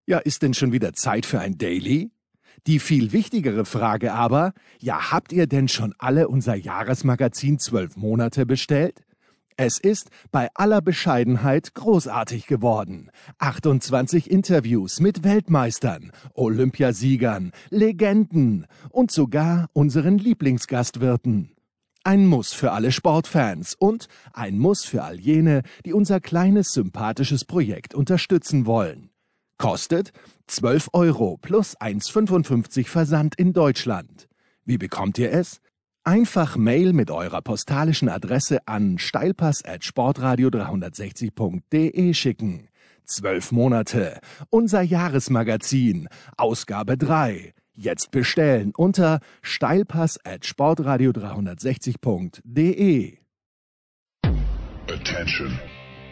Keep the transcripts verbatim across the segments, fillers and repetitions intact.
Ja, ist denn schon wieder Zeit für ein Daily? Die viel wichtigere Frage aber, ja, habt ihr denn schon alle unser Jahresmagazin zwölf Monate bestellt? Es ist bei aller Bescheidenheit großartig geworden. achtundzwanzig Interviews mit Weltmeistern, Olympiasiegern, Legenden und sogar unseren Lieblingsgastwirten. Ein Muss für alle Sportfans und ein Muss für all jene, die unser kleines, sympathisches Projekt unterstützen wollen. Kostet zwölf Euro plus eins Komma fünfundfünfzig Versand in Deutschland. Wie bekommt ihr es? Einfach Mail mit eurer postalischen Adresse an steilpass at sportradio dreihundertsechzig punkt de schicken. Zwölf Monate. Unser Jahresmagazin. Ausgabe drei. Jetzt bestellen unter steilpass at sportradio dreihundertsechzig punkt de. Attention.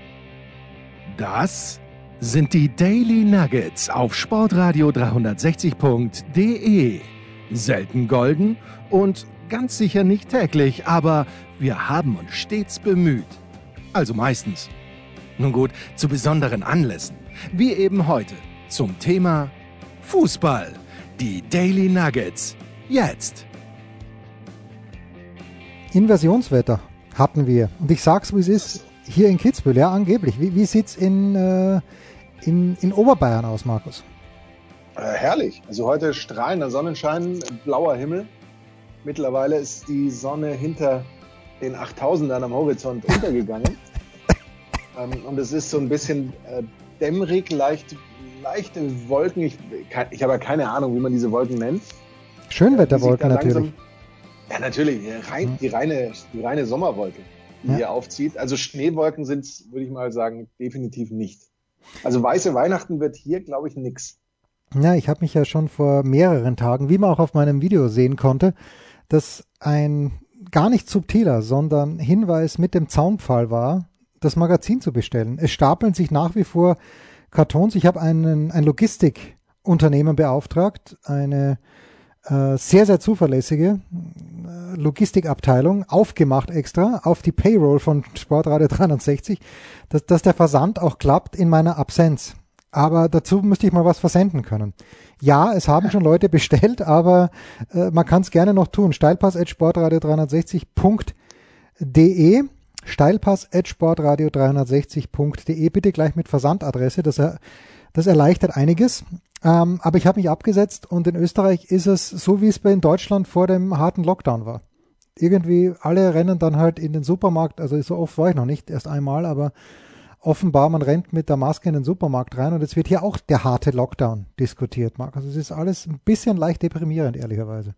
Das sind die Daily Nuggets auf sportradio dreihundertsechzig punkt de. Selten golden und ganz sicher nicht täglich, aber wir haben uns stets bemüht. Also meistens. Nun gut, zu besonderen Anlässen, wie eben heute, zum Thema Fußball. Die Daily Nuggets. Jetzt. Inversionswetter hatten wir. Und ich sag's, wie es ist, hier in Kitzbühel, ja, angeblich. Wie, wie sieht's in, äh, in, in Oberbayern aus, Markus? Äh, herrlich. Also heute strahlender Sonnenschein, blauer Himmel. Mittlerweile ist die Sonne hinter den achttausendern am Horizont untergegangen. ähm, und es ist so ein bisschen äh, dämmerig, leicht, leichte Wolken. Ich, ich habe ja keine Ahnung, wie man diese Wolken nennt. Schönwetterwolken äh, natürlich. Langsam, ja, natürlich. Rein, Mhm. die, reine, die reine Sommerwolke, die Ja. hier aufzieht. Also Schneewolken sind es, würde ich mal sagen, definitiv nicht. Also weiße Weihnachten wird hier, glaube ich, nix. Ja, ich habe mich ja schon vor mehreren Tagen, wie man auch auf meinem Video sehen konnte, dass ein gar nicht subtiler, sondern Hinweis mit dem Zaunpfahl war, das Magazin zu bestellen. Es stapeln sich nach wie vor Kartons. Ich habe einen, ein Logistikunternehmen beauftragt, eine äh, sehr, sehr zuverlässige äh, Logistikabteilung, aufgemacht extra auf die Payroll von Sportradio dreihundertsechzig, dass, dass der Versand auch klappt in meiner Absenz. Aber dazu müsste ich mal was versenden können. Ja, es haben schon Leute bestellt, aber äh, man kann es gerne noch tun. steilpass at sportradio dreihundertsechzig punkt de steilpass at sportradio dreihundertsechzig punkt de. Bitte gleich mit Versandadresse, das, er, das erleichtert einiges. Ähm, aber ich habe mich abgesetzt und in Österreich ist es so, wie es bei in Deutschland vor dem harten Lockdown war. Irgendwie alle rennen dann halt in den Supermarkt, also so oft war ich noch nicht, erst einmal, aber offenbar, man rennt mit der Maske in den Supermarkt rein und jetzt wird hier auch der harte Lockdown diskutiert, Marc. Also es ist alles ein bisschen leicht deprimierend, ehrlicherweise.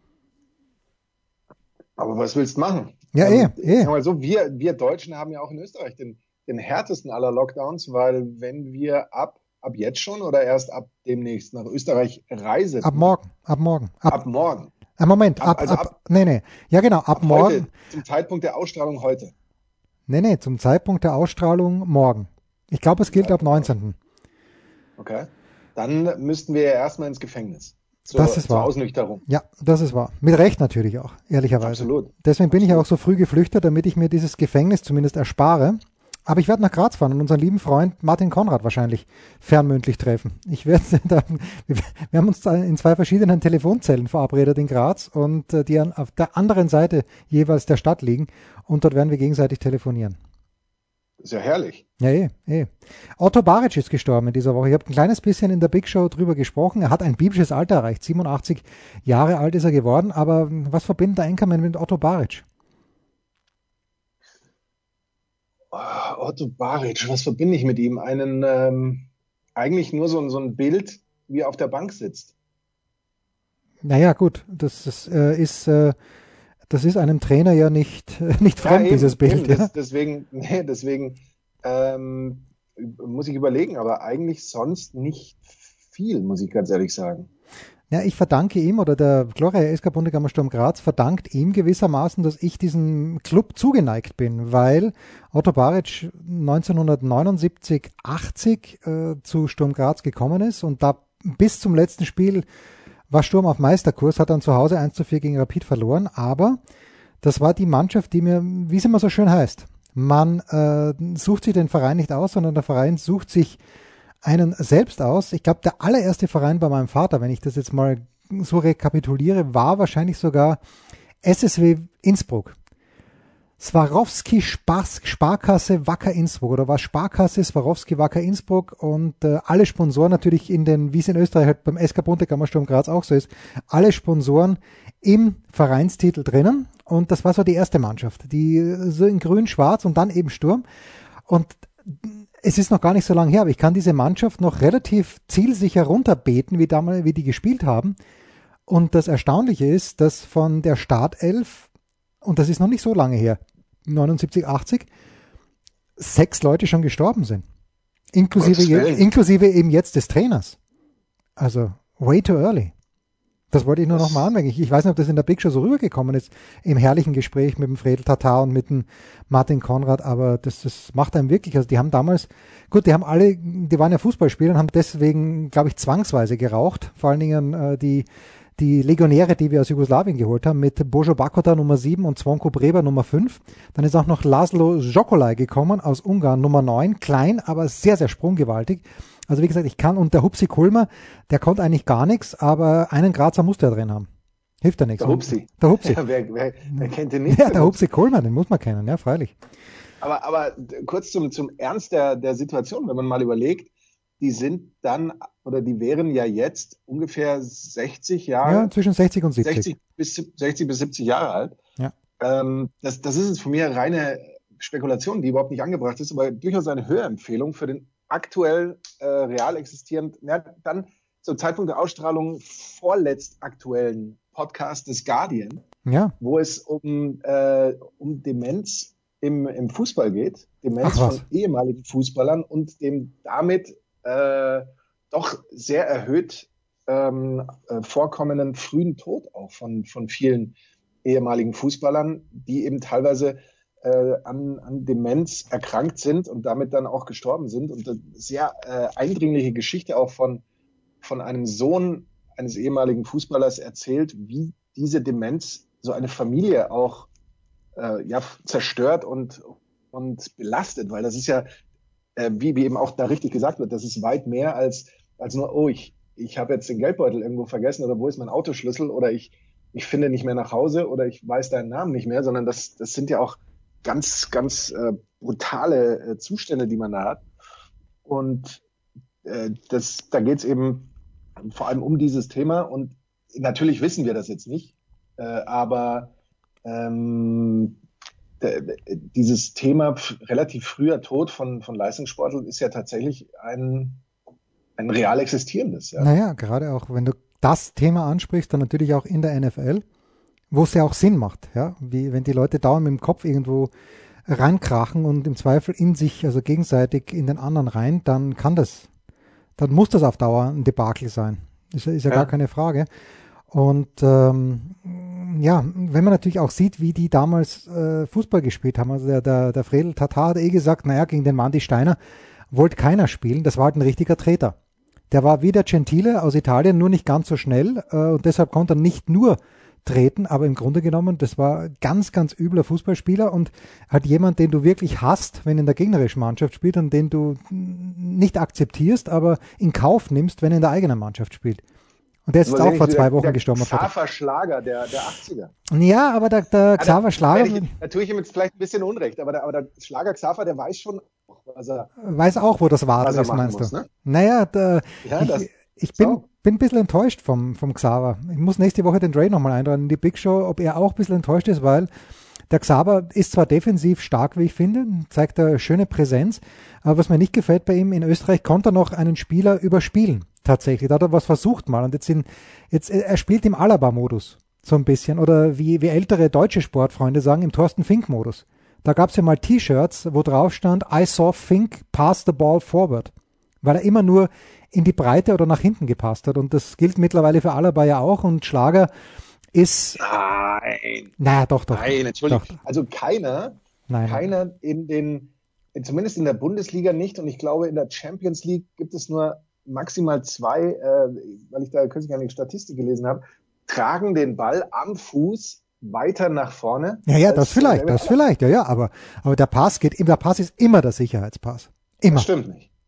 Aber was willst du machen? Ja, ähm, eh, eh. Sag mal so, wir, wir Deutschen haben ja auch in Österreich den, den härtesten aller Lockdowns, weil wenn wir ab, ab jetzt schon oder erst ab demnächst nach Österreich reisen. Ab morgen, ab morgen. Ab, ab morgen. Äh, Moment, ab, Ab- also ab, ab- nee, nee. Ja, genau, ab, Ab morgen. heute, zum Zeitpunkt der Ausstrahlung heute. Nee, nee, zum Zeitpunkt der Ausstrahlung morgen. Ich glaube, es gilt ab neunzehnten Okay. Dann müssten wir ja erstmal ins Gefängnis. Zur, Das ist zur wahr. Ausnüchterung. Ja, das ist wahr. Mit Recht natürlich auch, ehrlicherweise. Absolut. Deswegen bin ich Absolut. auch so früh geflüchtet, damit ich mir dieses Gefängnis zumindest erspare. Aber ich werde nach Graz fahren und unseren lieben Freund Martin Konrad wahrscheinlich fernmündlich treffen. Ich werde da, wir wir haben uns da in zwei verschiedenen Telefonzellen verabredet in Graz und äh, die an, auf der anderen Seite jeweils der Stadt liegen und dort werden wir gegenseitig telefonieren. Ist ja herrlich. Ja, eh, eh. Otto Baric ist gestorben in dieser Woche. Ich habe ein kleines bisschen in der Big Show drüber gesprochen. Er hat ein biblisches Alter erreicht. siebenundachtzig Jahre alt ist er geworden. Aber was verbindet der Anchorman mit Otto Baric? Oh, Otto Baric, was verbinde ich mit ihm? Einen, ähm, eigentlich nur so, ein- so ein Bild, wie er auf der Bank sitzt. Naja, gut, das, das äh, ist äh, das ist einem Trainer ja nicht, äh, nicht fremd, eben, dieses Bild. eben. Ja? Das, deswegen, nee, deswegen ähm, muss ich überlegen, aber eigentlich sonst nicht viel, muss ich ganz ehrlich sagen. Ja, ich verdanke ihm, oder der Gloria S K Bundegammersturm Graz verdankt ihm gewissermaßen, dass ich diesem Club zugeneigt bin, weil Otto Baric neunzehnhundertneunundsiebzig, achtzig äh, zu Sturm Graz gekommen ist und da bis zum letzten Spiel war Sturm auf Meisterkurs, hat dann zu Hause eins zu vier gegen Rapid verloren, aber das war die Mannschaft, die mir, wie es immer so schön heißt, man äh, sucht sich den Verein nicht aus, sondern der Verein sucht sich einen selbst aus. Ich glaube, der allererste Verein bei meinem Vater, wenn ich das jetzt mal so rekapituliere, war wahrscheinlich sogar S S W Innsbruck. Swarovski Spars, Sparkasse Wacker Innsbruck oder war Sparkasse Swarovski Wacker Innsbruck und äh, alle Sponsoren natürlich in den, wie es in Österreich halt beim S K Buntekammer Sturm Graz auch so ist, alle Sponsoren im Vereinstitel drinnen und das war so die erste Mannschaft, die so in grün-schwarz und dann eben Sturm und es ist noch gar nicht so lange her, aber ich kann diese Mannschaft noch relativ zielsicher runterbeten, wie damals, wie die gespielt haben und das Erstaunliche ist, dass von der Startelf, und das ist noch nicht so lange her, neunundsiebzig, achtzig, sechs Leute schon gestorben sind. Inklusive, je, inklusive eben jetzt des Trainers. Also, way too early. Das wollte ich nur noch mal anmerken. Ich, ich weiß nicht, ob das in der Big Show so rübergekommen ist, im herrlichen Gespräch mit dem Fredel Tatar und mit dem Martin Konrad, aber das, das macht einem wirklich, also die haben damals, gut, die haben alle, die waren ja Fußballspieler und haben deswegen, glaube ich, zwangsweise geraucht, vor allen Dingen äh, die Die Legionäre, die wir aus Jugoslawien geholt haben, mit Božo Bakota Nummer sieben und Zvonko Breber Nummer fünf. Dann ist auch noch Laszlo Zsokolai gekommen aus Ungarn, Nummer neun. Klein, aber sehr, sehr sprunggewaltig. Also wie gesagt, ich kann, und der Hupsi Kulmer, der konnte eigentlich gar nichts, aber einen Grazer musste er drin haben. Hilft ja nichts. Der Hupsi. Der Hupsi. Ja, wer, wer, wer kennt den nicht? Ja, der Hupsi Kulmer, den muss man kennen, ja, freilich. Aber, aber kurz zum, zum Ernst der, der Situation, wenn man mal überlegt, die sind dann, oder die wären ja jetzt ungefähr sechzig Jahre. Ja, zwischen sechzig und siebzig. sechzig bis, sechzig bis siebzig Jahre alt. Ja. Ähm, das, das ist jetzt von mir reine Spekulation, die überhaupt nicht angebracht ist, aber durchaus eine Hörempfehlung für den aktuell äh, real existierenden, ja, dann zum Zeitpunkt der Ausstrahlung vorletzt aktuellen Podcast des Guardian, ja. wo es um, äh, um Demenz im, im Fußball geht. Demenz Ach, von ehemaligen Fußballern und dem damit äh, doch sehr erhöht ähm, äh, vorkommenden frühen Tod auch von, von vielen ehemaligen Fußballern, die eben teilweise äh, an, an Demenz erkrankt sind und damit dann auch gestorben sind. Und eine sehr äh, eindringliche Geschichte auch von, von einem Sohn eines ehemaligen Fußballers erzählt, wie diese Demenz so eine Familie auch äh, ja, zerstört und, und belastet, weil das ist ja, äh, wie, wie eben auch da richtig gesagt wird, das ist weit mehr als, als nur, oh, ich, ich habe jetzt den Geldbeutel irgendwo vergessen oder wo ist mein Autoschlüssel oder ich, ich finde nicht mehr nach Hause oder ich weiß deinen Namen nicht mehr, sondern das, das sind ja auch ganz, ganz äh, brutale äh, Zustände, die man da hat. Und äh, das, da geht es eben vor allem um dieses Thema und natürlich wissen wir das jetzt nicht, äh, aber ähm, d- dieses Thema f- relativ früher Tod von, von Leistungssportlern ist ja tatsächlich ein, ein real existierendes. Ja. Naja, gerade auch, wenn du das Thema ansprichst, dann natürlich auch in der N F L, wo es ja auch Sinn macht, ja, wie wenn die Leute dauernd mit dem Kopf irgendwo reinkrachen und im Zweifel in sich, also gegenseitig in den anderen rein, dann kann das, dann muss das auf Dauer ein Debakel sein. Ist, ist ja, ja gar keine Frage. Und ähm, ja, wenn man natürlich auch sieht, wie die damals äh, Fußball gespielt haben, also der, der, der Fredel Tatar hat eh gesagt, naja, gegen den Mandy Steiner wollte keiner spielen, das war halt ein richtiger Treter. Der war wie der Gentile aus Italien, nur nicht ganz so schnell äh, und deshalb konnte er nicht nur treten, aber im Grunde genommen, das war ganz, ganz übler Fußballspieler und halt jemand, den du wirklich hasst, wenn er in der gegnerischen Mannschaft spielt und den du nicht akzeptierst, aber in Kauf nimmst, wenn er in der eigenen Mannschaft spielt. Und der ist jetzt auch vor zwei Wochen gestorben. Der Xaver Schlager der, der achtziger. Ja, aber der, der Xaver Schlager... Ich, da tue ich ihm jetzt vielleicht ein bisschen Unrecht, aber der, aber der Schlager Xaver, der weiß schon, was er... Weiß auch, wo das Wadel ist, meinst muss, du? Ne? Naja, der, ja, ich, das, ich bin, so. bin ein bisschen enttäuscht vom, vom Xaver. Ich muss nächste Woche den Dre nochmal einladen in die Big Show, ob er auch ein bisschen enttäuscht ist, weil der Xaver ist zwar defensiv stark, wie ich finde, zeigt eine schöne Präsenz, aber was mir nicht gefällt bei ihm, in Österreich konnte er noch einen Spieler überspielen. Tatsächlich, da hat er was versucht mal und jetzt, in, jetzt er spielt im Alaba-Modus so ein bisschen oder wie, wie ältere deutsche Sportfreunde sagen, im Thorsten Fink-Modus. Da gab es ja mal T-Shirts, wo drauf stand, I saw Fink pass the ball forward, weil er immer nur in die Breite oder nach hinten gepasst hat und das gilt mittlerweile für Alaba ja auch und Schlager ist... Nein. Naja, doch, doch. Nein, Entschuldigung. Doch. Also keiner, Nein. keiner in den, zumindest in der Bundesliga nicht und ich glaube in der Champions League gibt es nur maximal zwei, äh, weil ich da kürzlich eine Statistik gelesen habe, tragen den Ball am Fuß weiter nach vorne. Ja, ja, das vielleicht, das vielleicht, ja, ja, aber, aber der Pass geht, der Pass ist immer der Sicherheitspass. Immer. Das stimmt nicht.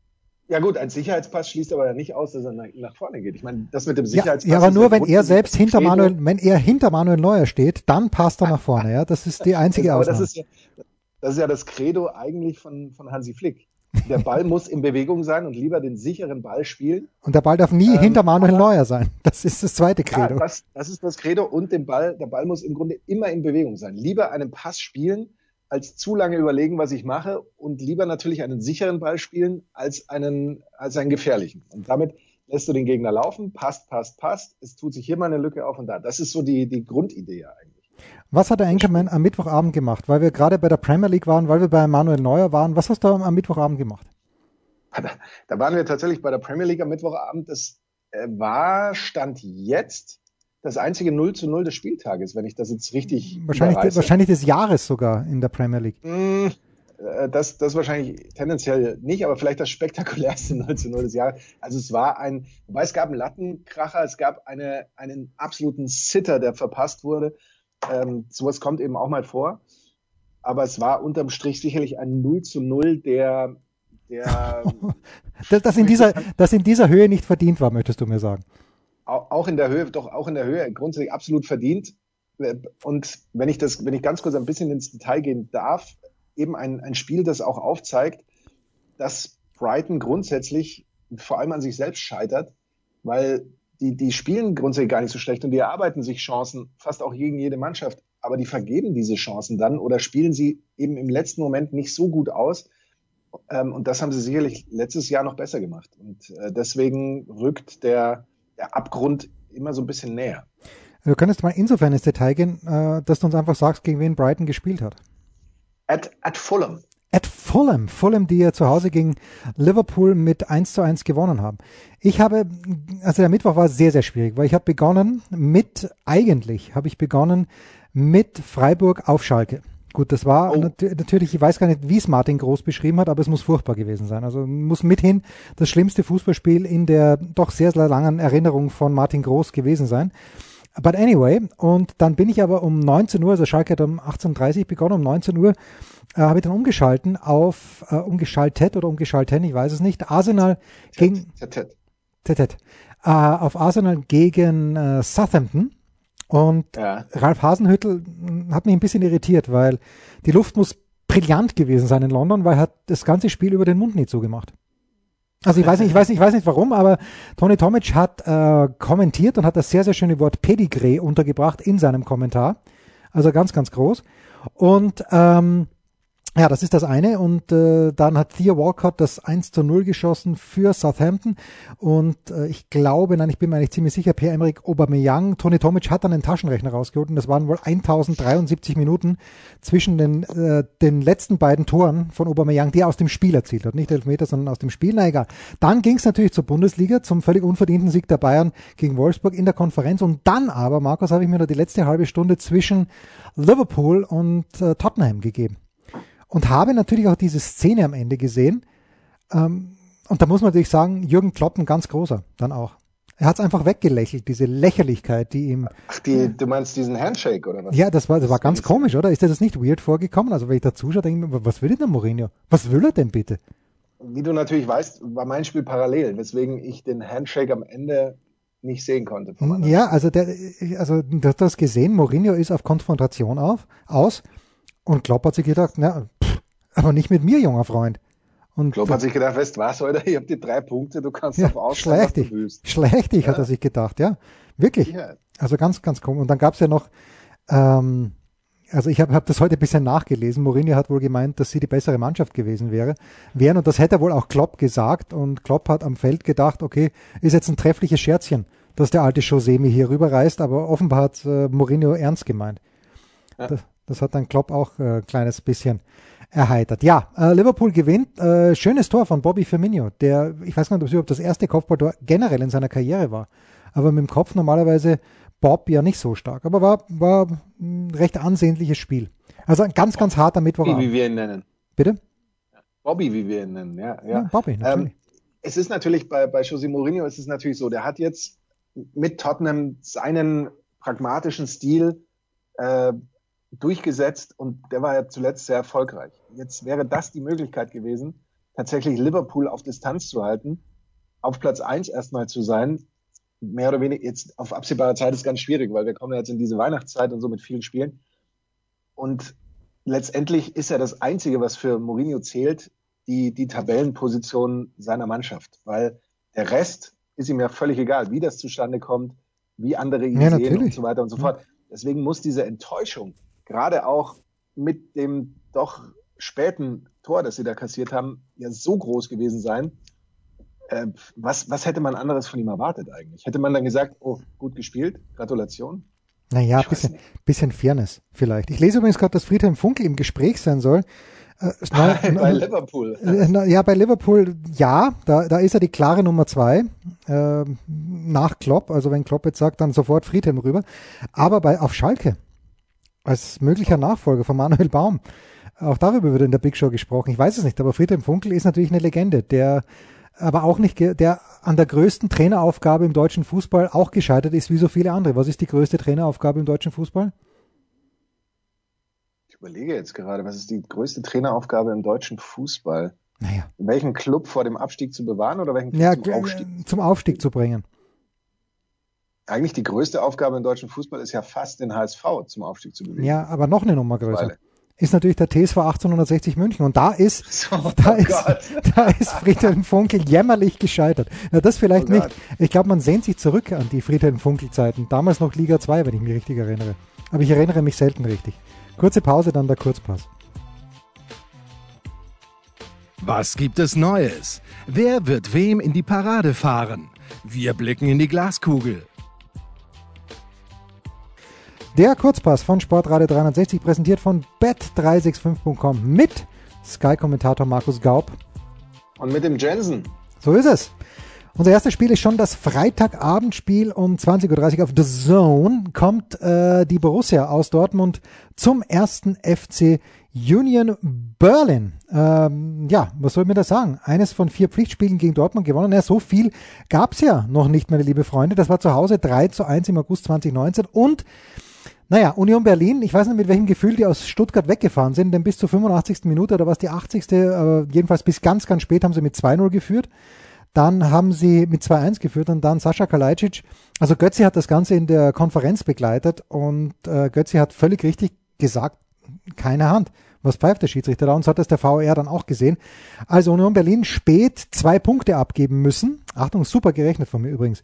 Ja gut, ein Sicherheitspass schließt aber ja nicht aus, dass er nach, nach vorne geht. Ich meine, das mit dem Sicherheitspass... Ja, ja aber nur, wenn er selbst hinter Credo. Manuel, wenn er hinter Manuel Neuer steht, dann passt er nach vorne. Ja, das ist die einzige aber Ausnahme. Das ist, ja, das ist ja das Credo eigentlich von, von Hansi Flick. Der Ball muss in Bewegung sein und lieber den sicheren Ball spielen. Und der Ball darf nie ähm, hinter Manuel aber, Neuer sein. Das ist das zweite Credo. Ja, das, das ist das Credo und den Ball, der Ball muss im Grunde immer in Bewegung sein. Lieber einen Pass spielen, als zu lange überlegen, was ich mache, und lieber natürlich einen sicheren Ball spielen, als einen, als einen gefährlichen. Und damit lässt du den Gegner laufen, passt, passt, passt. Es tut sich hier mal eine Lücke auf und da. Das ist so die, die Grundidee eigentlich. Was hat der Anchorman am Mittwochabend gemacht? Weil wir gerade bei der Premier League waren, weil wir bei Manuel Neuer waren. Was hast du am Mittwochabend gemacht? Da, da waren wir tatsächlich bei der Premier League am Mittwochabend. Das war, Stand jetzt, das einzige null zu null des Spieltages, wenn ich das jetzt richtig wahrscheinlich, wahrscheinlich des Jahres sogar in der Premier League. Mm, das, das wahrscheinlich tendenziell nicht, aber vielleicht das spektakulärste null zu null des Jahres. Also es war ein, wobei es gab einen Lattenkracher, es gab eine, einen absoluten Sitter, der verpasst wurde. Ähm, sowas kommt eben auch mal vor. Aber es war unterm Strich sicherlich ein null zu null, der, der das, das, in dieser, das in dieser Höhe nicht verdient war, möchtest du mir sagen. Auch in der Höhe, doch auch in der Höhe grundsätzlich absolut verdient. Und wenn ich das, wenn ich ganz kurz ein bisschen ins Detail gehen darf, eben ein, ein Spiel, das auch aufzeigt, dass Brighton grundsätzlich vor allem an sich selbst scheitert, weil die, die spielen grundsätzlich gar nicht so schlecht und die erarbeiten sich Chancen, fast auch gegen jede Mannschaft, aber die vergeben diese Chancen dann oder spielen sie eben im letzten Moment nicht so gut aus. Und das haben sie sicherlich letztes Jahr noch besser gemacht. Und deswegen rückt der der Abgrund immer so ein bisschen näher. Du könntest mal insofern ins Detail gehen, äh, dass du uns einfach sagst, gegen wen Brighton gespielt hat. At, at Fulham. At Fulham. Fulham, die ja zu Hause gegen Liverpool mit eins zu eins gewonnen haben. Ich habe, also der Mittwoch war sehr, sehr schwierig, weil ich habe begonnen mit, eigentlich habe ich begonnen mit Freiburg auf Schalke. Gut, das war oh. nat- natürlich, ich weiß gar nicht, wie es Martin Groß beschrieben hat, aber es muss furchtbar gewesen sein. Also muss mithin das schlimmste Fußballspiel in der doch sehr, sehr langen Erinnerung von Martin Groß gewesen sein. But anyway, und dann bin ich aber um neunzehn Uhr, also Schalke hat um achtzehn Uhr dreißig begonnen, um neunzehn Uhr äh, habe ich dann umgeschalten auf, äh, umgeschaltet oder umgeschalten, ich weiß es nicht, Arsenal Tet, gegen, Tet, Tet. Tet, Tet, äh, auf Arsenal gegen äh, Southampton. Und ja. Ralf Hasenhüttl hat mich ein bisschen irritiert, weil die Luft muss brillant gewesen sein in London, weil er hat das ganze Spiel über den Mund nicht zugemacht. Also ich weiß nicht, ich weiß nicht, ich weiß nicht warum, aber Toni Tomic hat äh, kommentiert und hat das sehr, sehr schöne Wort Pedigree untergebracht in seinem Kommentar. Also ganz, ganz groß. Und ähm, ja, das ist das eine. Und äh, dann hat Theo Walcott das eins zu null geschossen für Southampton. Und äh, ich glaube, nein, ich bin mir eigentlich ziemlich sicher, Pierre-Emerick Aubameyang, Toni Tomic hat dann einen Taschenrechner rausgeholt. Und das waren wohl tausenddreiundsiebzig Minuten zwischen den, äh, den letzten beiden Toren von Aubameyang, die er aus dem Spiel erzielt hat. Nicht Elfmeter, sondern aus dem Spiel. Na egal. Dann ging es natürlich zur Bundesliga, zum völlig unverdienten Sieg der Bayern gegen Wolfsburg in der Konferenz. Und dann aber, Markus, habe ich mir nur die letzte halbe Stunde zwischen Liverpool und äh, Tottenham gegeben. Und habe natürlich auch diese Szene am Ende gesehen. Ähm, und da muss man natürlich sagen, Jürgen Klopp ein ganz großer dann auch. Er hat es einfach weggelächelt, diese Lächerlichkeit, die ihm... Ach, die, du meinst diesen Handshake oder was? Ja, das war, das war ganz komisch, oder? Ist dir das nicht weird vorgekommen? Also wenn ich da zuschaue, denke ich mir, was will denn der Mourinho? Was will er denn bitte? Wie du natürlich weißt, war mein Spiel parallel, weswegen ich den Handshake am Ende nicht sehen konnte. Ja, also, der, also du hast das gesehen, Mourinho ist auf Konfrontation auf, aus. Und Klopp hat sich gedacht, na, pff, aber nicht mit mir, junger Freund. Und Klopp hat sich gedacht, weißt du was, Alter, ich habe die drei Punkte, du kannst ja, auf ausstellen, was du willst. Schlecht dich, ja. Hat er sich gedacht, ja. Wirklich. Ja. Also ganz, ganz komisch. Und dann gab's ja noch, ähm, also ich habe hab das heute ein bisschen nachgelesen. Mourinho hat wohl gemeint, dass sie die bessere Mannschaft gewesen wäre, wären. Und das hätte wohl auch Klopp gesagt. Und Klopp hat am Feld gedacht, okay, ist jetzt ein treffliches Scherzchen, dass der alte José mir hier rüberreißt. Aber offenbar hat äh, Mourinho ernst gemeint. Ja. Das, Das hat dann Klopp auch ein äh, kleines bisschen erheitert. Ja, äh, Liverpool gewinnt. Äh, schönes Tor von Bobby Firmino, der, ich weiß gar nicht, ob es überhaupt das erste Kopfballtor generell in seiner Karriere war. Aber mit dem Kopf normalerweise Bob ja nicht so stark. Aber war, war ein recht ansehnliches Spiel. Also ein ganz, ganz harter Mittwochabend. Bobby, wie wir ihn nennen. Bitte? Bobby, wie wir ihn nennen, ja. ja. ja Bobby, natürlich. Ähm, es ist natürlich bei, bei José Mourinho ist es natürlich so, der hat jetzt mit Tottenham seinen pragmatischen Stil äh, durchgesetzt und der war ja zuletzt sehr erfolgreich. Jetzt wäre das die Möglichkeit gewesen, tatsächlich Liverpool auf Distanz zu halten, auf Platz eins erstmal zu sein, mehr oder weniger jetzt auf absehbare Zeit ist ganz schwierig, weil wir kommen ja jetzt in diese Weihnachtszeit und so mit vielen Spielen. Und letztendlich ist ja das Einzige, was für Mourinho zählt, die, die Tabellenposition seiner Mannschaft. Weil der Rest ist ihm ja völlig egal, wie das zustande kommt, wie andere ihn Ja, sehen natürlich. und so weiter und so fort. Deswegen muss diese Enttäuschung, gerade auch mit dem doch späten Tor, das sie da kassiert haben, ja so groß gewesen sein. Äh, was, was hätte man anderes von ihm erwartet eigentlich? Hätte man dann gesagt, oh, gut gespielt, Gratulation? Naja, Ich ein weiß bisschen, nicht. bisschen Fairness vielleicht. Ich lese übrigens gerade, dass Friedhelm Funkel im Gespräch sein soll. Äh, es neu- Bei Liverpool. Äh, na, Ja, bei Liverpool, ja, da, da ist er die klare Nummer zwei, äh, nach Klopp. Also wenn Klopp jetzt sagt, dann sofort Friedhelm rüber. Aber bei, auf Schalke, als möglicher Nachfolger von Manuel Baum, auch darüber wird in der Big Show gesprochen. Ich weiß es nicht, aber Friedhelm Funkel ist natürlich eine Legende, der aber auch nicht, ge- der an der größten Traineraufgabe im deutschen Fußball auch gescheitert ist, wie so viele andere. Was ist die größte Traineraufgabe im deutschen Fußball? Ich überlege jetzt gerade, was ist die größte Traineraufgabe im deutschen Fußball? Naja, Welchen Club vor dem Abstieg zu bewahren oder welchen Club ja, zum g- Aufstieg? zum Aufstieg zu bringen. Eigentlich die größte Aufgabe im deutschen Fußball ist ja fast den H S V zum Aufstieg zu bewegen. Ja, aber noch eine Nummer größer. Mittlerweile. Ist natürlich der T S V achtzehnhundertsechzig München. Und da ist, So, da oh ist, Gott. da ist Friedhelm Funkel jämmerlich gescheitert. Ja, das vielleicht Oh nicht. Gott. Ich glaube, man sehnt sich zurück an die Friedhelm Funkel-Zeiten. Damals noch Liga zwei, wenn ich mich richtig erinnere. Aber ich erinnere mich selten richtig. Kurze Pause, dann der Kurzpass. Was gibt es Neues? Wer wird wem in die Parade fahren? Wir blicken in die Glaskugel. Der Kurzpass von Sportradio dreihundertsechzig, präsentiert von bet drei sechs fünf punkt com mit Sky-Kommentator Markus Gaub. Und mit dem Jensen. So ist es. Unser erstes Spiel ist schon das Freitagabendspiel um zwanzig Uhr dreißig auf The Zone. Kommt äh, die Borussia aus Dortmund zum ersten F C Union Berlin. Ähm, ja, was soll ich mir da sagen? Eines von vier Pflichtspielen gegen Dortmund gewonnen. Ja, so viel gab's ja noch nicht, meine liebe Freunde. Das war zu Hause drei zu eins im August zwanzig neunzehn. Und naja, Union Berlin, ich weiß nicht, mit welchem Gefühl die aus Stuttgart weggefahren sind, denn bis zur fünfundachtzigsten Minute oder was die achtzigste Äh, jedenfalls bis ganz, ganz spät haben sie mit zwei null geführt. Dann haben sie mit zwei eins geführt und dann Sascha Kalajdzic. Also Götzi hat das Ganze in der Konferenz begleitet und äh, Götzi hat völlig richtig gesagt, keine Hand. Was pfeift der Schiedsrichter da? Und so hat das der V A R dann auch gesehen. Also Union Berlin spät zwei Punkte abgeben müssen. Achtung, super gerechnet von mir übrigens.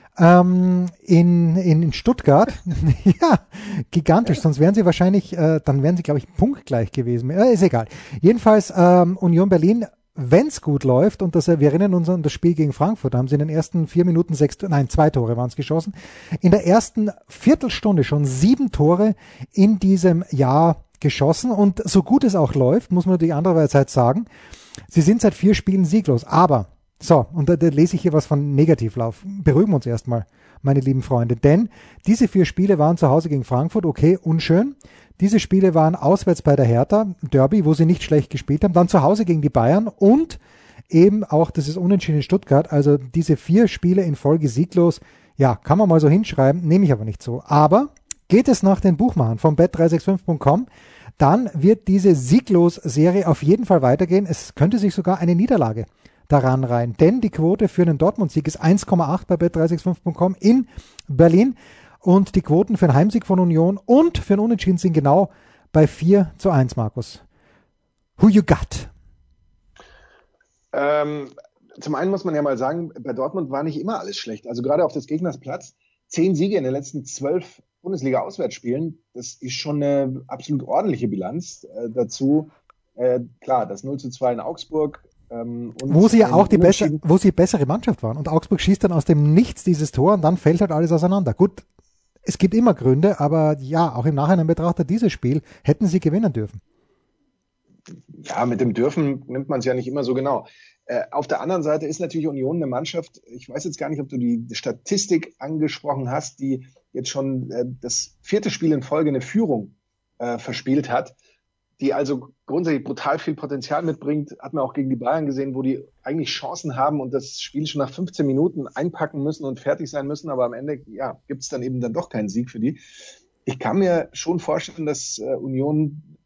Ähm, in, in, in Stuttgart. Ja, gigantisch. Sonst wären sie wahrscheinlich, äh, dann wären sie, glaube ich, punktgleich gewesen. Äh, ist egal. Jedenfalls ähm, Union Berlin, wenn es gut läuft, und das, wir erinnern uns an das Spiel gegen Frankfurt, da haben sie in den ersten vier Minuten sechs, nein, zwei Tore waren es geschossen. In der ersten Viertelstunde schon sieben Tore in diesem Jahr geschossen. Und so gut es auch läuft, muss man natürlich andererseits sagen, sie sind seit vier Spielen sieglos. Aber so, und da, da lese ich hier was von Negativlauf. Beruhigen wir uns erstmal, meine lieben Freunde. Denn diese vier Spiele waren zu Hause gegen Frankfurt, okay, unschön. Diese Spiele waren auswärts bei der Hertha, Derby, wo sie nicht schlecht gespielt haben. Dann zu Hause gegen die Bayern und eben auch, das ist unentschieden in Stuttgart. Also diese vier Spiele in Folge sieglos, ja, kann man mal so hinschreiben, nehme ich aber nicht so. Aber geht es nach den Buchmachern von bet drei sechs fünf punkt com, dann wird diese Sieglos-Serie auf jeden Fall weitergehen. Es könnte sich sogar eine Niederlage daran rein. Denn die Quote für einen Dortmund-Sieg ist eins Komma acht bei bet drei sechs fünf punkt com in Berlin. Und die Quoten für einen Heimsieg von Union und für einen Unentschieden sind genau bei vier zu eins, Markus. Who you got? Ähm, zum einen muss man ja mal sagen, bei Dortmund war nicht immer alles schlecht. Also gerade auf des Gegners Platz, zehn Siege in den letzten zwölf Bundesliga-Auswärtsspielen, das ist schon eine absolut ordentliche Bilanz. Äh, dazu, äh, klar, das null zu zwei in Augsburg. Ähm, und wo sie ja auch die besser, Unentschieden- wo sie bessere Mannschaft waren. Und Augsburg schießt dann aus dem Nichts dieses Tor und dann fällt halt alles auseinander. Gut, es gibt immer Gründe, aber ja, auch im Nachhinein betrachtet, dieses Spiel hätten sie gewinnen dürfen. Ja, mit dem Dürfen nimmt man es ja nicht immer so genau. Äh, auf der anderen Seite ist natürlich Union eine Mannschaft, ich weiß jetzt gar nicht, ob du die Statistik angesprochen hast, die jetzt schon äh, das vierte Spiel in Folge eine Führung äh, verspielt hat, die also grundsätzlich brutal viel Potenzial mitbringt, hat man auch gegen die Bayern gesehen, wo die eigentlich Chancen haben und das Spiel schon nach fünfzehn Minuten einpacken müssen und fertig sein müssen, aber am Ende ja, gibt es dann eben dann doch keinen Sieg für die. Ich kann mir schon vorstellen, dass äh, Union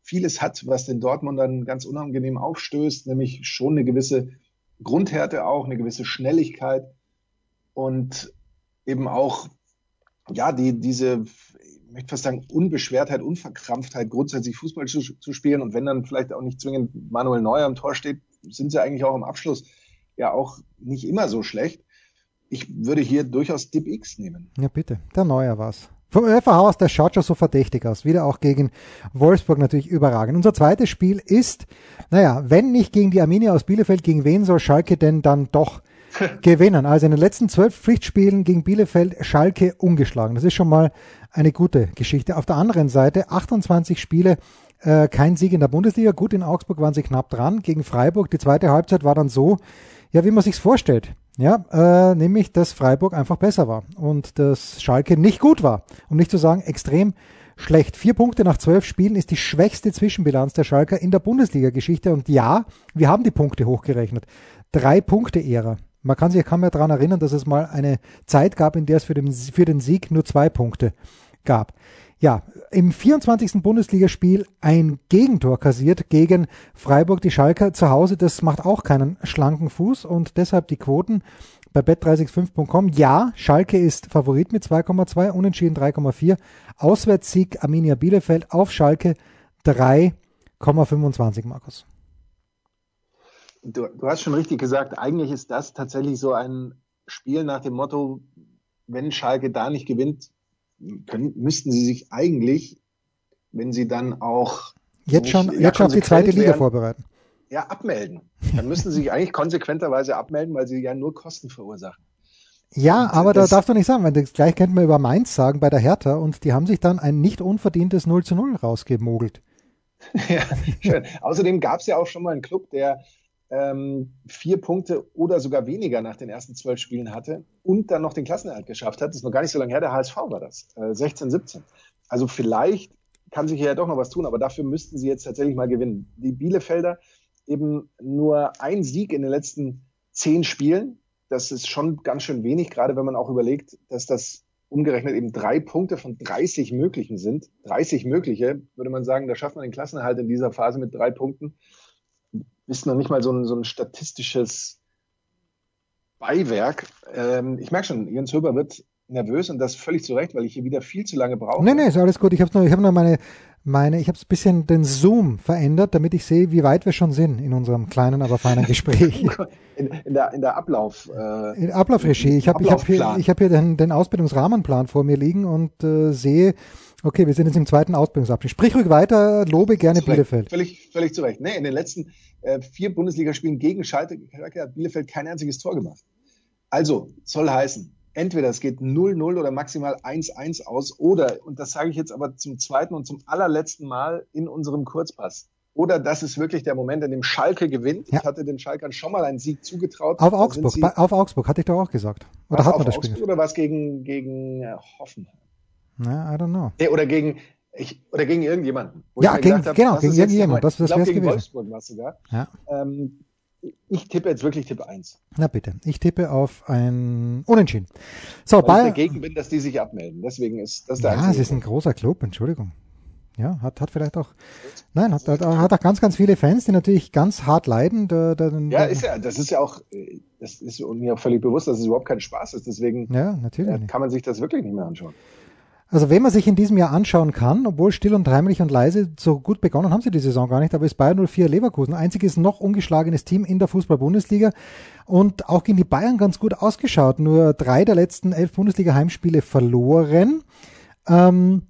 vieles hat, was den Dortmundern ganz unangenehm aufstößt, nämlich schon eine gewisse Grundhärte auch, eine gewisse Schnelligkeit und eben auch, ja, die, diese, ich möchte fast sagen, Unbeschwertheit, Unverkrampftheit, grundsätzlich Fußball zu, zu spielen. Und wenn dann vielleicht auch nicht zwingend Manuel Neuer am Tor steht, sind sie eigentlich auch im Abschluss ja auch nicht immer so schlecht. Ich würde hier durchaus Tipp X nehmen. Ja, bitte. Der Neuer war's. Vom Ö F H aus, der schaut schon so verdächtig aus. Wieder auch gegen Wolfsburg natürlich überragend. Unser zweites Spiel ist, naja, wenn nicht gegen die Arminia aus Bielefeld, gegen wen soll Schalke denn dann doch gewinnen? Also in den letzten zwölf Pflichtspielen gegen Bielefeld Schalke ungeschlagen. Das ist schon mal eine gute Geschichte. Auf der anderen Seite achtundzwanzig Spiele, äh, kein Sieg in der Bundesliga. Gut, in Augsburg waren sie knapp dran gegen Freiburg. Die zweite Halbzeit war dann so, ja, wie man sich's vorstellt. Ja, äh, nämlich, dass Freiburg einfach besser war und dass Schalke nicht gut war, um nicht zu sagen extrem schlecht. Vier Punkte nach zwölf Spielen ist die schwächste Zwischenbilanz der Schalker in der Bundesliga-Geschichte und ja, wir haben die Punkte hochgerechnet. Drei Punkte-Ära. Man kann sich kaum mehr daran erinnern, dass es mal eine Zeit gab, in der es für den, für den Sieg nur zwei Punkte gab. Ja, im vierundzwanzigsten Bundesligaspiel ein Gegentor kassiert gegen Freiburg. Die Schalker zu Hause, das macht auch keinen schlanken Fuß und deshalb die Quoten bei bet drei sechs fünf punkt com. Ja, Schalke ist Favorit mit zwei Komma zwei, Unentschieden drei Komma vier. Auswärtssieg Arminia Bielefeld auf Schalke drei Komma fünfundzwanzig, Markus. Du, du hast schon richtig gesagt, eigentlich ist das tatsächlich so ein Spiel nach dem Motto, wenn Schalke da nicht gewinnt, können, müssten sie sich eigentlich, wenn sie dann auch jetzt schon, ja, jetzt schon auf die zweite Liga wären, vorbereiten. Ja, abmelden. Dann müssten sie sich eigentlich konsequenterweise abmelden, weil sie ja nur Kosten verursachen. Ja, und aber da darfst du nicht sagen, weil das gleich könnte man über Mainz sagen bei der Hertha und die haben sich dann ein nicht unverdientes null zu null rausgemogelt. Ja, schön. Außerdem gab es ja auch schon mal einen Club, der ähm, vier Punkte oder sogar weniger nach den ersten zwölf Spielen hatte und dann noch den Klassenerhalt geschafft hat. Das ist noch gar nicht so lange her, der H S V war das, äh, sechzehn siebzehn. Also vielleicht kann sich hier ja doch noch was tun, aber dafür müssten sie jetzt tatsächlich mal gewinnen. Die Bielefelder eben nur ein Sieg in den letzten zehn Spielen. Das ist schon ganz schön wenig, gerade wenn man auch überlegt, dass das umgerechnet eben drei Punkte von dreißig möglichen sind. dreißig mögliche, würde man sagen, da schafft man den Klassenerhalt in dieser Phase mit drei Punkten. Ist noch nicht mal so ein, so ein statistisches Beiwerk. Ähm, ich merke schon, Jens Höber wird nervös und das völlig zu Recht, weil ich hier wieder viel zu lange brauche. Nee, nee, ist alles gut. Ich habe nur, ich habe nur meine, meine, ich habe ein bisschen den Zoom verändert, damit ich sehe, wie weit wir schon sind in unserem kleinen, aber feinen Gespräch. in, in der, in der Ablauf. Äh, in Ablaufregie. Ich habe, ich habe hier, ich habe hier den, den Ausbildungsrahmenplan vor mir liegen und äh, sehe, okay, wir sind jetzt im zweiten Ausbildungsabschnitt. Sprich ruhig weiter, lobe gerne Bielefeld. Völlig, völlig zu Recht. Nee, in den letzten äh, vier Bundesligaspielen gegen Schalke hat Bielefeld kein einziges Tor gemacht. Also, soll heißen, entweder es geht null null oder maximal eins eins aus oder, und das sage ich jetzt aber zum zweiten und zum allerletzten Mal in unserem Kurzpass, oder das ist wirklich der Moment, in dem Schalke gewinnt. Ja. Ich hatte den Schalkern schon mal einen Sieg zugetraut. Auf Augsburg, bei, auf Augsburg, hatte ich doch auch gesagt. Oder hat man das Spiel? Oder was gegen, gegen äh, Hoffenheim? Na, I don't know. Nee, oder gegen, ich, oder gegen irgendjemanden. Ja, gegen, hab, genau, gegen irgendjemanden. Das, das ich glaube, gegen gewesen. Wolfsburg war es sogar. Ja. Ähm, ich tippe jetzt wirklich Tipp eins. Na bitte, ich tippe auf ein Unentschieden. So, Weil bei, ich dagegen bin, dass die sich abmelden. Deswegen ist das der Ja, es ist ein großer Club, Entschuldigung. Ja, hat, hat vielleicht auch, nein, hat, hat, hat auch ganz, ganz viele Fans, die natürlich ganz hart leiden. Da, da, ja, ist ja, das ist ja auch, das ist mir auch völlig bewusst, dass es überhaupt kein Spaß ist. Deswegen ja, natürlich äh, kann man sich das wirklich nicht mehr anschauen. Also wenn man sich in diesem Jahr anschauen kann, obwohl still und heimlich und leise, so gut begonnen haben sie die Saison gar nicht, aber ist Bayern null vier Leverkusen, einziges noch ungeschlagenes Team in der Fußball-Bundesliga und auch gegen die Bayern ganz gut ausgeschaut, nur drei der letzten elf Bundesliga-Heimspiele verloren. Ähm,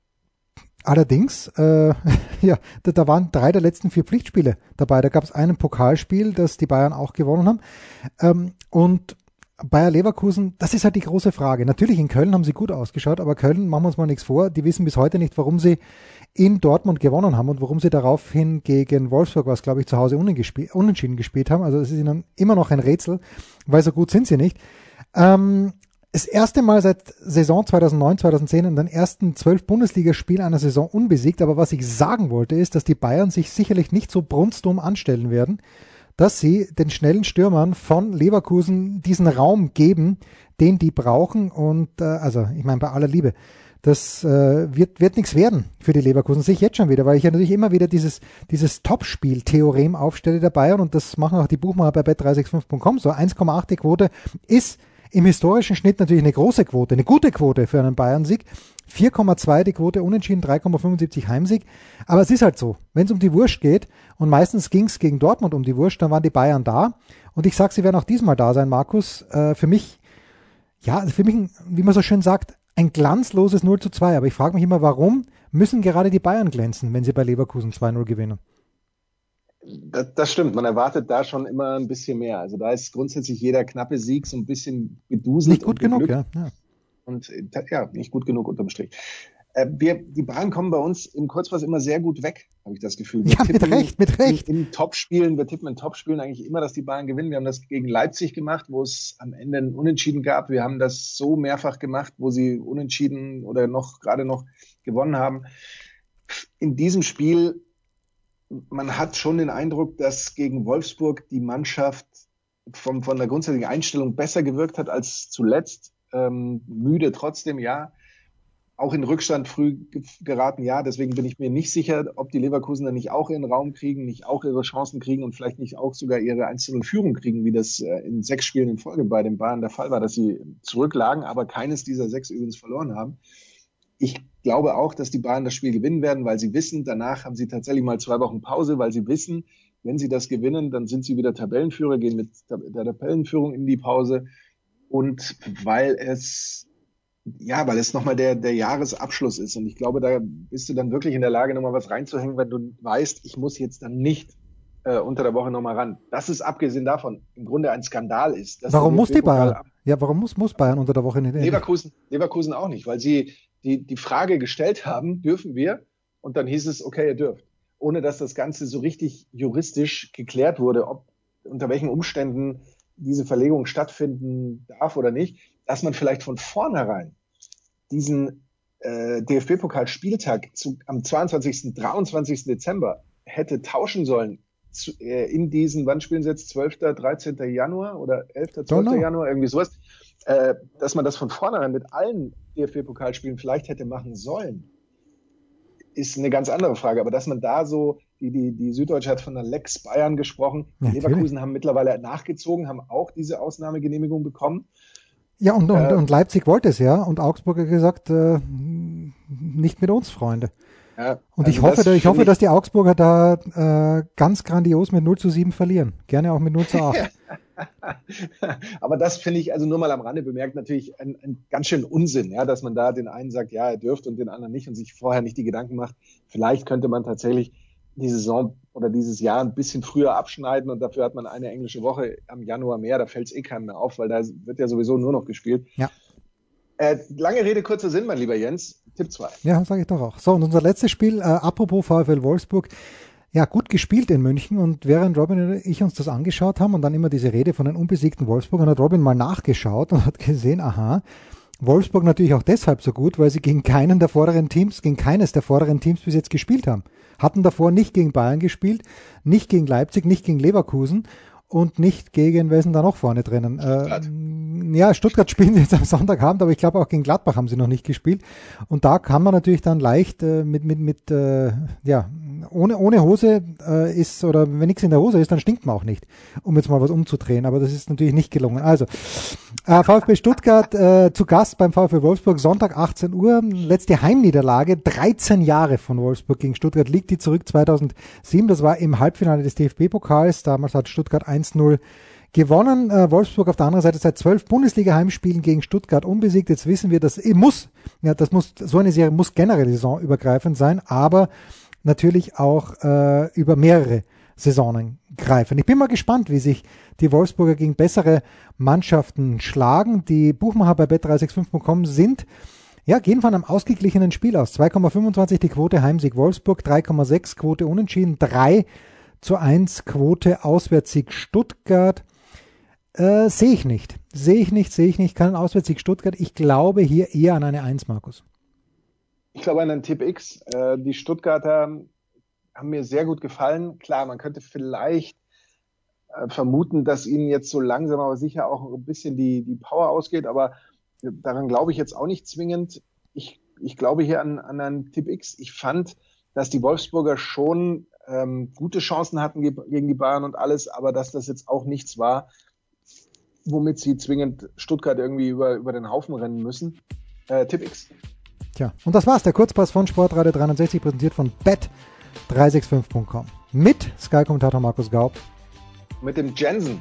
allerdings, äh, ja, da, da waren drei der letzten vier Pflichtspiele dabei, da gab es ein Pokalspiel, das die Bayern auch gewonnen haben ähm, und Bayer Leverkusen, das ist halt die große Frage. Natürlich in Köln haben sie gut ausgeschaut, aber Köln, machen wir uns mal nichts vor, die wissen bis heute nicht, warum sie in Dortmund gewonnen haben und warum sie daraufhin gegen Wolfsburg, was glaube ich zu Hause unentschieden gespielt haben. Also es ist ihnen immer noch ein Rätsel, weil so gut sind sie nicht. Ähm, das erste Mal seit Saison zweitausendneun, zweitausendzehn in den ersten zwölf Bundesligaspielen einer Saison unbesiegt, aber was ich sagen wollte ist, dass die Bayern sich sicherlich nicht so brunstdumm anstellen werden, dass sie den schnellen Stürmern von Leverkusen diesen Raum geben, den die brauchen und äh, also ich meine bei aller Liebe das äh, wird, wird nichts werden für die Leverkusen. Das sehe ich jetzt schon wieder, weil ich ja natürlich immer wieder dieses, dieses Topspiel-Theorem aufstelle der Bayern und das machen auch die Buchmacher bei bet drei sechs fünf Punkt com. So eins Komma acht die Quote ist im historischen Schnitt natürlich eine große Quote, eine gute Quote für einen Bayern-Sieg. vier Komma zwei die Quote unentschieden, drei Komma fünfundsiebzig Heimsieg. Aber es ist halt so, wenn es um die Wurst geht, und meistens ging es gegen Dortmund um die Wurst, dann waren die Bayern da. Und ich sage, sie werden auch diesmal da sein, Markus. Äh, für mich, ja, für mich, wie man so schön sagt, ein glanzloses null zu zwei. Aber ich frage mich immer, warum müssen gerade die Bayern glänzen, wenn sie bei Leverkusen zwei null gewinnen? Das, das stimmt, man erwartet da schon immer ein bisschen mehr. Also da ist grundsätzlich jeder knappe Sieg so ein bisschen geduselt. Nicht gut genug, ja. ja. Und ja, nicht gut genug unterm Strich. Äh, wir, die Bayern kommen bei uns im Kurzpass immer sehr gut weg, habe ich das Gefühl. Wir ja, mit Recht, mit Recht. In, in Topspielen, wir tippen in Topspielen eigentlich immer, dass die Bayern gewinnen. Wir haben das gegen Leipzig gemacht, wo es am Ende ein Unentschieden gab. Wir haben das so mehrfach gemacht, wo sie unentschieden oder noch gerade noch gewonnen haben. In diesem Spiel, man hat schon den Eindruck, dass gegen Wolfsburg die Mannschaft vom, von der grundsätzlichen Einstellung besser gewirkt hat als zuletzt. Ähm, müde trotzdem, ja. Auch in Rückstand früh geraten, ja. Deswegen bin ich mir nicht sicher, ob die Leverkusener nicht auch ihren Raum kriegen, nicht auch ihre Chancen kriegen und vielleicht nicht auch sogar ihre eins zu null Führung kriegen, wie das äh, in sechs Spielen in Folge bei den Bayern der Fall war, dass sie zurücklagen, aber keines dieser sechs übrigens verloren haben. Ich glaube auch, dass die Bayern das Spiel gewinnen werden, weil sie wissen, danach haben sie tatsächlich mal zwei Wochen Pause, weil sie wissen, wenn sie das gewinnen, dann sind sie wieder Tabellenführer, gehen mit der Tabellenführung in die Pause. Und weil es, ja, weil es nochmal der, der Jahresabschluss ist. Und ich glaube, da bist du dann wirklich in der Lage, nochmal was reinzuhängen, wenn du weißt, ich muss jetzt dann nicht äh, unter der Woche nochmal ran. Das ist abgesehen davon im Grunde ein Skandal ist. Warum muss die Bayern? Ja, warum muss, muss Bayern unter der Woche nicht? Leverkusen, Leverkusen auch nicht, weil sie die, die Frage gestellt haben, dürfen wir? Und dann hieß es, okay, ihr dürft. Ohne dass das Ganze so richtig juristisch geklärt wurde, ob unter welchen Umständen diese Verlegung stattfinden darf oder nicht, dass man vielleicht von vornherein diesen äh, D F B-Pokal-Spieltag zu, am zweiundzwanzigsten, dreiundzwanzigsten Dezember hätte tauschen sollen zu, äh, in diesen, wann spielen sie jetzt, zwölften, dreizehnten Januar oder elften, zwölften Januar, irgendwie sowas, äh, dass man das von vornherein mit allen D F B-Pokalspielen vielleicht hätte machen sollen, ist eine ganz andere Frage. Aber dass man da so, die, die, die Süddeutsche hat von der Lex Bayern gesprochen, die Natürlich. Leverkusen haben mittlerweile nachgezogen, haben auch diese Ausnahmegenehmigung bekommen. Ja, und, und, äh, und Leipzig wollte es ja und Augsburg hat gesagt, äh, nicht mit uns, Freunde. Ja, und also ich hoffe, das ich hoffe, ich, dass die Augsburger da äh, ganz grandios mit null zu sieben verlieren. Gerne auch mit null zu acht. Aber das finde ich, also nur mal am Rande bemerkt, natürlich ein, ein ganz schön Unsinn, ja, dass man da den einen sagt, ja, er dürft und den anderen nicht und sich vorher nicht die Gedanken macht. Vielleicht könnte man tatsächlich die Saison oder dieses Jahr ein bisschen früher abschneiden und dafür hat man eine englische Woche am Januar mehr, da fällt es eh keinem mehr auf, weil da wird ja sowieso nur noch gespielt. Ja. Äh, lange Rede, kurzer Sinn, mein lieber Jens. Tipp zwei. Ja, sage ich doch auch. So, und unser letztes Spiel, äh, apropos VfL Wolfsburg, ja, gut gespielt in München und während Robin und ich uns das angeschaut haben und dann immer diese Rede von den unbesiegten Wolfsburgern, hat Robin mal nachgeschaut und hat gesehen, aha, Wolfsburg natürlich auch deshalb so gut, weil sie gegen keinen der vorderen Teams, gegen keines der vorderen Teams bis jetzt gespielt haben. Hatten davor nicht gegen Bayern gespielt, nicht gegen Leipzig, nicht gegen Leverkusen und nicht gegen, wer ist denn da noch vorne drinnen? Stuttgart. Äh, ja, Stuttgart spielen sie jetzt am Sonntagabend, aber ich glaube auch gegen Gladbach haben sie noch nicht gespielt. Und da kann man natürlich dann leicht äh, mit, mit, mit äh, ja, ohne, ohne Hose äh, ist, oder wenn nichts in der Hose ist, dann stinkt man auch nicht, um jetzt mal was umzudrehen. Aber das ist natürlich nicht gelungen. Also, äh, VfB Stuttgart äh, zu Gast beim VfB Wolfsburg, Sonntag achtzehn Uhr. Letzte Heimniederlage, dreizehn Jahre von Wolfsburg gegen Stuttgart, liegt die zurück zweitausendsieben. Das war im Halbfinale des D F B-Pokals. Damals hat Stuttgart eins null gewonnen. Äh, Wolfsburg auf der anderen Seite seit zwölf Bundesliga-Heimspielen gegen Stuttgart unbesiegt. Jetzt wissen wir, dass muss, ja, das muss, so eine Serie muss generell saisonübergreifend sein, aber natürlich auch äh, über mehrere Saisonen greifen. Ich bin mal gespannt, wie sich die Wolfsburger gegen bessere Mannschaften schlagen. Die Buchmacher bei bet drei sechs fünf Punkt com sind, ja, gehen von einem ausgeglichenen Spiel aus. zwei Komma fünfundzwanzig die Quote Heimsieg Wolfsburg, drei Komma sechs Quote Unentschieden, drei zu eins Quote Auswärtssieg Stuttgart. Äh, sehe ich nicht. Sehe ich nicht, sehe ich nicht. Kein Auswärtssieg Stuttgart. Ich glaube hier eher an eine eins, Markus. Ich glaube an einen Tipp X. Äh, die Stuttgarter haben mir sehr gut gefallen. Klar, man könnte vielleicht äh, vermuten, dass ihnen jetzt so langsam aber sicher auch ein bisschen die, die Power ausgeht, aber daran glaube ich jetzt auch nicht zwingend. Ich ich glaube hier an, an einen Tipp X. Ich fand, dass die Wolfsburger schon ähm, gute Chancen hatten ge- gegen die Bayern und alles, aber dass das jetzt auch nichts war, womit sie zwingend Stuttgart irgendwie über, über den Haufen rennen müssen. Äh, Tipp X. Tja, und das war's, der Kurzpass von Sportradio dreihundertsechzig, präsentiert von bet drei sechs fünf punkt com. Mit Sky-Kommentator Markus Gaub. Mit dem Jensen.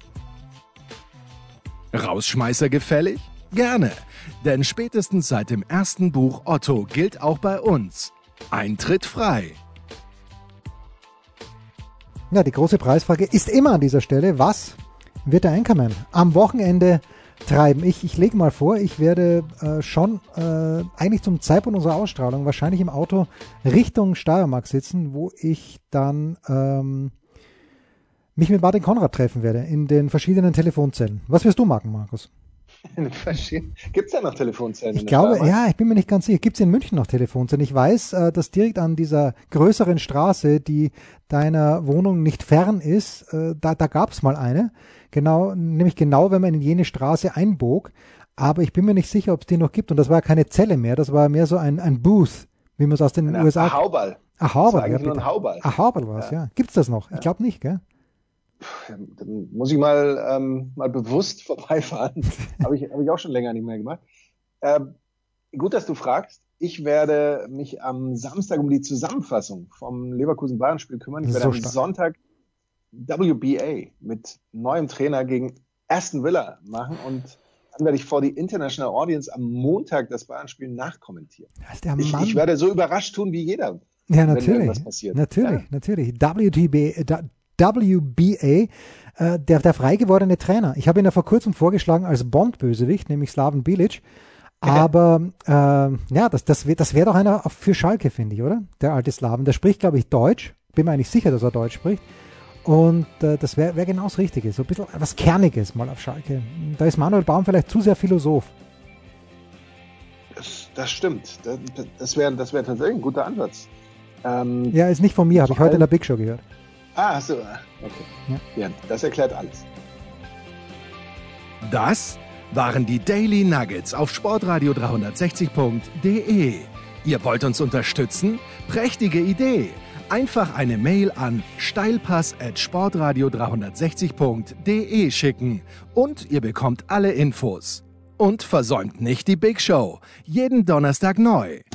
Rausschmeißer gefällig? Gerne, denn spätestens seit dem ersten Buch Otto gilt auch bei uns: Eintritt frei. Ja, die große Preisfrage ist immer an dieser Stelle: Was wird der Anchorman am Wochenende treiben? Ich, ich lege mal vor, ich werde äh, schon äh, eigentlich zum Zeitpunkt unserer Ausstrahlung wahrscheinlich im Auto Richtung Steiermark sitzen, wo ich dann ähm, mich mit Martin Konrad treffen werde in den verschiedenen Telefonzellen. Was wirst du machen, Markus? Gibt es da noch Telefonzellen? Ich glaube, ja, ich bin mir nicht ganz sicher. Gibt es in München noch Telefonzellen? Ich weiß, äh, dass direkt an dieser größeren Straße, die deiner Wohnung nicht fern ist, äh, da, da gab es mal eine. Genau, nämlich genau, wenn man in jene Straße einbog. Aber ich bin mir nicht sicher, ob es die noch gibt. Und das war keine Zelle mehr, das war mehr so ein, ein Booth, wie man es aus den Eine, U S A... Ein Hauball. Ach, Hauball, eigentlich ja, nur ein Hauball. Ach, Hauball war es, ja. ja. Gibt es das noch? Ja. Ich glaube nicht, gell? Dann muss ich mal, ähm, mal bewusst vorbeifahren. Habe ich, hab ich auch schon länger nicht mehr gemacht. Ähm, gut, dass du fragst. Ich werde mich am Samstag um die Zusammenfassung vom Leverkusen-Bayern-Spiel kümmern. Ich werde So am stark. Sonntag W B A mit neuem Trainer gegen Aston Villa machen und dann werde ich vor die International Audience am Montag das Bayern-Spiel nachkommentieren. Das ist der Ich, Mann. ich werde so überrascht tun wie jeder, Ja, wenn natürlich. irgendwas passiert. Natürlich, Ja. natürlich. W T B, äh, W B A, äh, der, der frei gewordene Trainer. Ich habe ihn ja vor kurzem vorgeschlagen als Bond-Bösewicht, nämlich Slaven Bilic. Aber äh, ja, das, das wäre das wär doch einer für Schalke, finde ich, oder? Der alte Slaven. Der spricht, glaube ich, Deutsch. Bin mir eigentlich sicher, dass er Deutsch spricht. Und äh, das wäre wär genau das Richtige. So ein bisschen was Kerniges mal auf Schalke. Da ist Manuel Baum vielleicht zu sehr Philosoph. Das, das stimmt. Das, das wäre das wär tatsächlich ein guter Ansatz. Ähm, Ja, ist nicht von mir, habe ich heute in der Big Show gehört. Ah, so, okay. Ja. Ja, das erklärt alles. Das waren die Daily Nuggets auf sportradio dreihundertsechzig punkt de. Ihr wollt uns unterstützen? Prächtige Idee! Einfach eine Mail an steilpass at sportradio dreihundertsechzig punkt de schicken und ihr bekommt alle Infos. Und versäumt nicht die Big Show. Jeden Donnerstag neu.